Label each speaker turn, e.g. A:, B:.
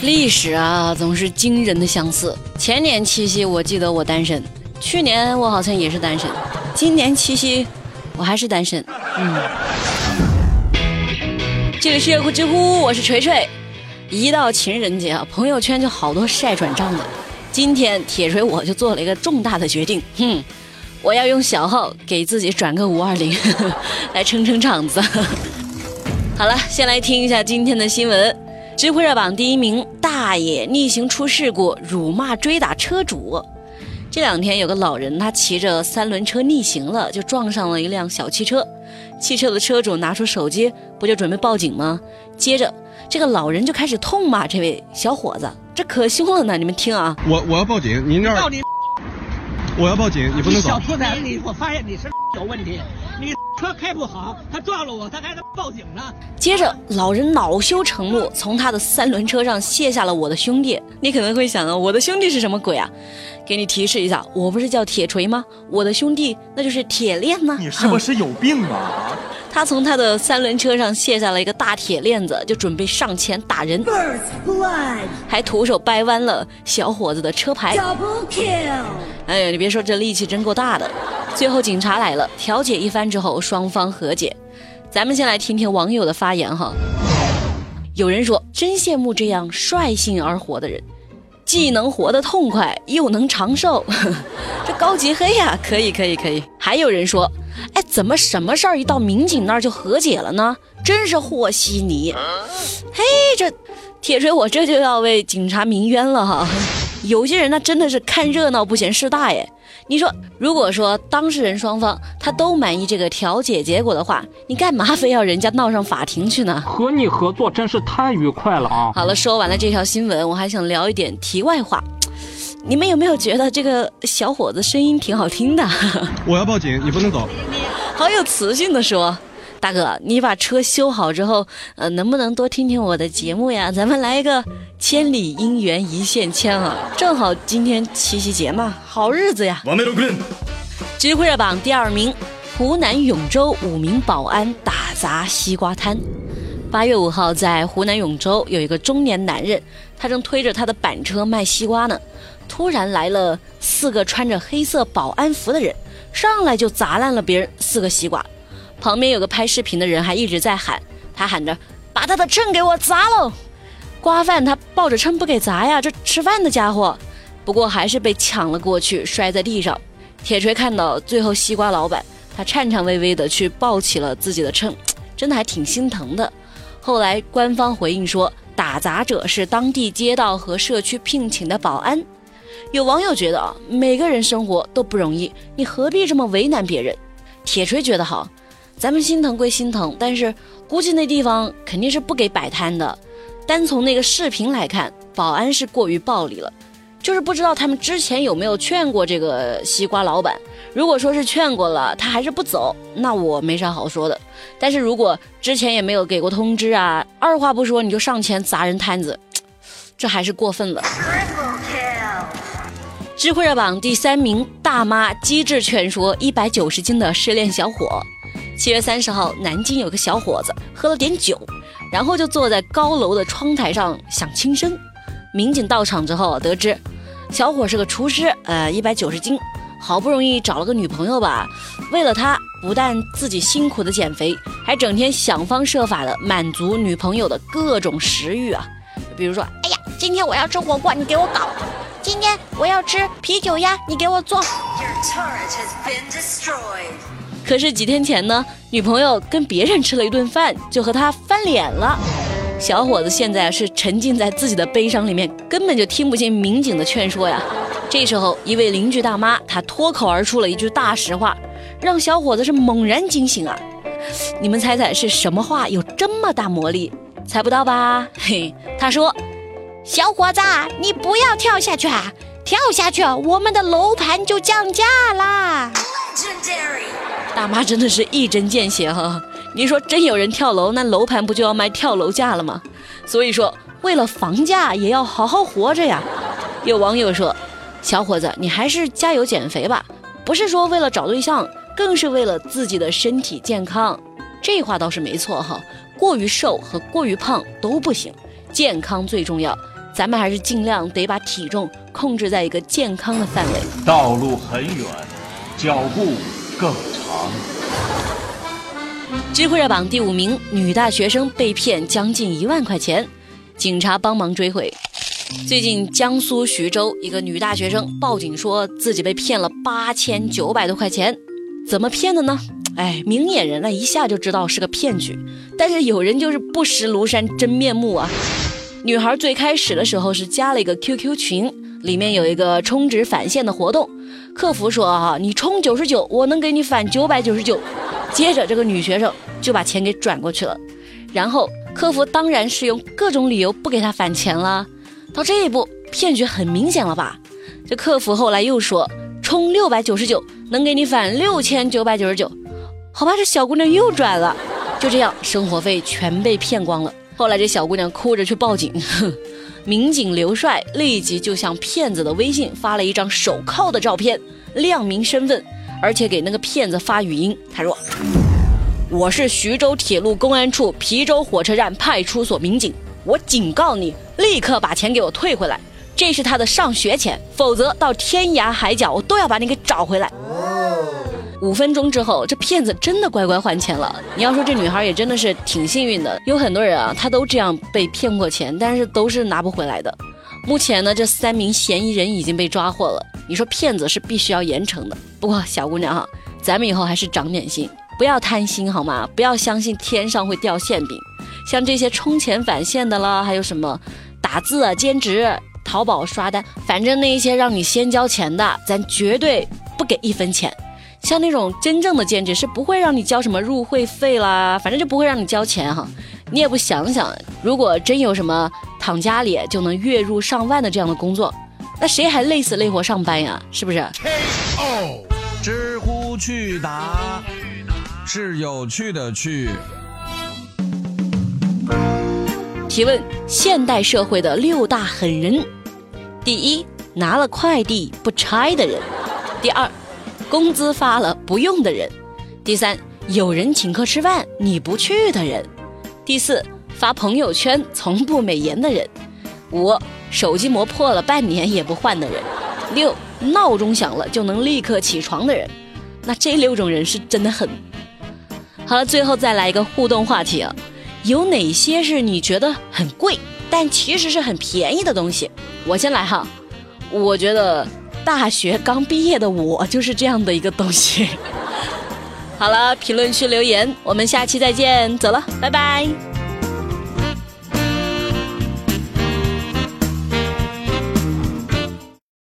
A: 历史啊，总是惊人的相似。前年七夕，我记得我单身；去年我好像也是单身；今年七夕，我还是单身。这里是热乎知乎，我是锤锤。一到情人节啊，朋友圈就好多晒转账的。今天铁锤我就做了一个重大的决定，我要用小号给自己转个520，来撑撑场子。好了，先来听一下今天的新闻。知乎热榜第一名，大爷逆行出事故，辱骂追打车主。这两天有个老人，他骑着3轮车逆行了，就撞上了一辆小汽车。汽车的车主拿出手机，不就准备报警吗？接着这个老人就开始痛骂这位小伙子，这可凶了呢！你们听啊，
B: 我要报警，您这儿，我要报警，你不能走。
C: 小兔崽子，我发现你是有问题，你车开不好，他撞了我，他还能报警呢。
A: 接着老人恼羞成怒，从他的3轮车上卸下了我的兄弟。你可能会想啊，我的兄弟是什么鬼啊？给你提示一下，我不是叫铁锤吗？我的兄弟那就是铁链呢。
D: 你是不是有病啊？
A: 他从他的3轮车上卸下了一个大铁链子，就准备上前打人，还徒手掰弯了小伙子的车牌。哎呀，你别说，这力气真够大的。最后警察来了，调解一番之后，双方和解。咱们先来听听网友的发言哈。有人说，真羡慕这样率性而活的人，既能活得痛快，又能长寿。这高级黑呀，可以。还有人说，哎，怎么什么事儿一到民警那儿就和解了呢？真是和稀泥。嘿，这铁锤我这就要为警察鸣冤了哈。有些人那真的是看热闹不嫌事大耶。你说，如果说当事人双方他都满意这个调解结果的话，你干嘛非要人家闹上法庭去呢？
E: 和你合作真是太愉快了啊！
A: 好了，说完了这条新闻，我还想聊一点题外话。你们有没有觉得这个小伙子声音挺好听的？
B: 我要报警，你不能走。
A: 好有磁性的说，大哥，你把车修好之后，能不能多听听我的节目呀？咱们来一个千里姻缘一线牵啊！正好今天七夕节嘛，好日子呀！知乎热榜第2名，湖南永州5名保安打砸西瓜摊。8月5号，在湖南永州有一个中年男人，他正推着他的板车卖西瓜呢，突然来了4个穿着黑色保安服的人，上来就砸烂了别人4个西瓜。旁边有个拍视频的人还一直在喊，他喊着把他的秤给我砸喽！瓜贩他抱着秤不给砸呀，这吃饭的家伙。不过还是被抢了过去，摔在地上。铁锤看到最后，西瓜老板他颤颤巍巍的去抱起了自己的秤，真的还挺心疼的。后来官方回应说，打砸者是当地街道和社区聘请的保安。有网友觉得啊，每个人生活都不容易，你何必这么为难别人？铁锤觉得好，咱们心疼归心疼，但是估计那地方肯定是不给摆摊的。单从那个视频来看，保安是过于暴力了，就是不知道他们之前有没有劝过这个西瓜老板。如果说是劝过了，他还是不走，那我没啥好说的。但是如果之前也没有给过通知啊，二话不说你就上前砸人摊子，这还是过分了。知乎热榜第3名，大妈机智劝说190斤的失恋小伙。7月30号，南京有个小伙子喝了点酒，然后就坐在高楼的窗台上想轻生。民警到场之后得知，小伙是个厨师，190斤，好不容易找了个女朋友吧，为了他不但自己辛苦的减肥，还整天想方设法的满足女朋友的各种食欲啊。比如说，哎呀，今天我要吃火锅，你给我搞；今天我要吃啤酒鸭，你给我做。可是几天前呢，女朋友跟别人吃了一顿饭，就和他翻脸了。小伙子现在是沉浸在自己的悲伤里面，根本就听不进民警的劝说呀。这时候一位邻居大妈，她脱口而出了一句大实话，让小伙子是猛然惊醒啊。你们猜猜是什么话有这么大魔力？猜不到吧？嘿，他说，小伙子，你不要跳下去啊，跳下去我们的楼盘就降价啦。大妈真的是一针见血哈！你说真有人跳楼，那楼盘不就要卖跳楼价了吗？所以说，为了房价也要好好活着呀。有网友说，小伙子，你还是加油减肥吧，不是说为了找对象，更是为了自己的身体健康。这话倒是没错哈，过于瘦和过于胖都不行，健康最重要。 咱们还是尽量得把体重控制在一个健康的范围。
D: 道路很远，脚步更长。
A: 知乎热榜第5名，女大学生被骗将近1万块钱，警察帮忙追回。最近江苏徐州一个女大学生报警说自己被骗了8900多块钱，怎么骗的呢？明眼人一下就知道是个骗局，但是有人就是不识庐山真面目啊。女孩最开始的时候是加了一个 QQ 群，里面有一个充值返现的活动，客服说你充99我能给你返999，接着这个女学生就把钱给转过去了，然后客服当然是用各种理由不给她返钱了。到这一步骗局很明显了吧？这客服后来又说充699能给你返6999，好吧，这小姑娘又转了，就这样生活费全被骗光了。后来这小姑娘哭着去报警，民警刘帅立即就向骗子的微信发了一张手铐的照片，亮明身份，而且给那个骗子发语音。他说：我是徐州铁路公安处郫州火车站派出所民警，我警告你立刻把钱给我退回来，这是他的上学钱，否则到天涯海角我都要把你给找回来。5分钟之后，这骗子真的乖乖还钱了。你要说这女孩也真的是挺幸运的，有很多人他都这样被骗过钱，但是都是拿不回来的。目前呢，这3名嫌疑人已经被抓获了。你说骗子是必须要严惩的，不过小姑娘咱们以后还是长点心，不要贪心好吗？不要相信天上会掉馅饼。像这些充钱返现的啦，还有什么打字兼职、淘宝刷单，反正那些让你先交钱的，咱绝对不给1分钱。像那种真正的兼职是不会让你交什么入会费啦，反正就不会让你交钱你也不想想，如果真有什么躺家里就能月入上万的这样的工作，那谁还累死累活上班呀？是不是？
F: 知乎趣答是有趣的趣。
A: 提问：现代社会的6大狠人。第1，拿了快递不拆的人。第2，工资发了不用的人。第3，有人请客吃饭你不去的人。第4，发朋友圈从不美颜的人。5，手机膜破了半年也不换的人。6，闹钟响了就能立刻起床的人。那这6种人是真的狠。好了，最后再来一个互动话题有哪些是你觉得很贵但其实是很便宜的东西？我先来我觉得大学刚毕业的我就是这样的一个东西。好了，评论区留言，我们下期再见，走了，拜拜。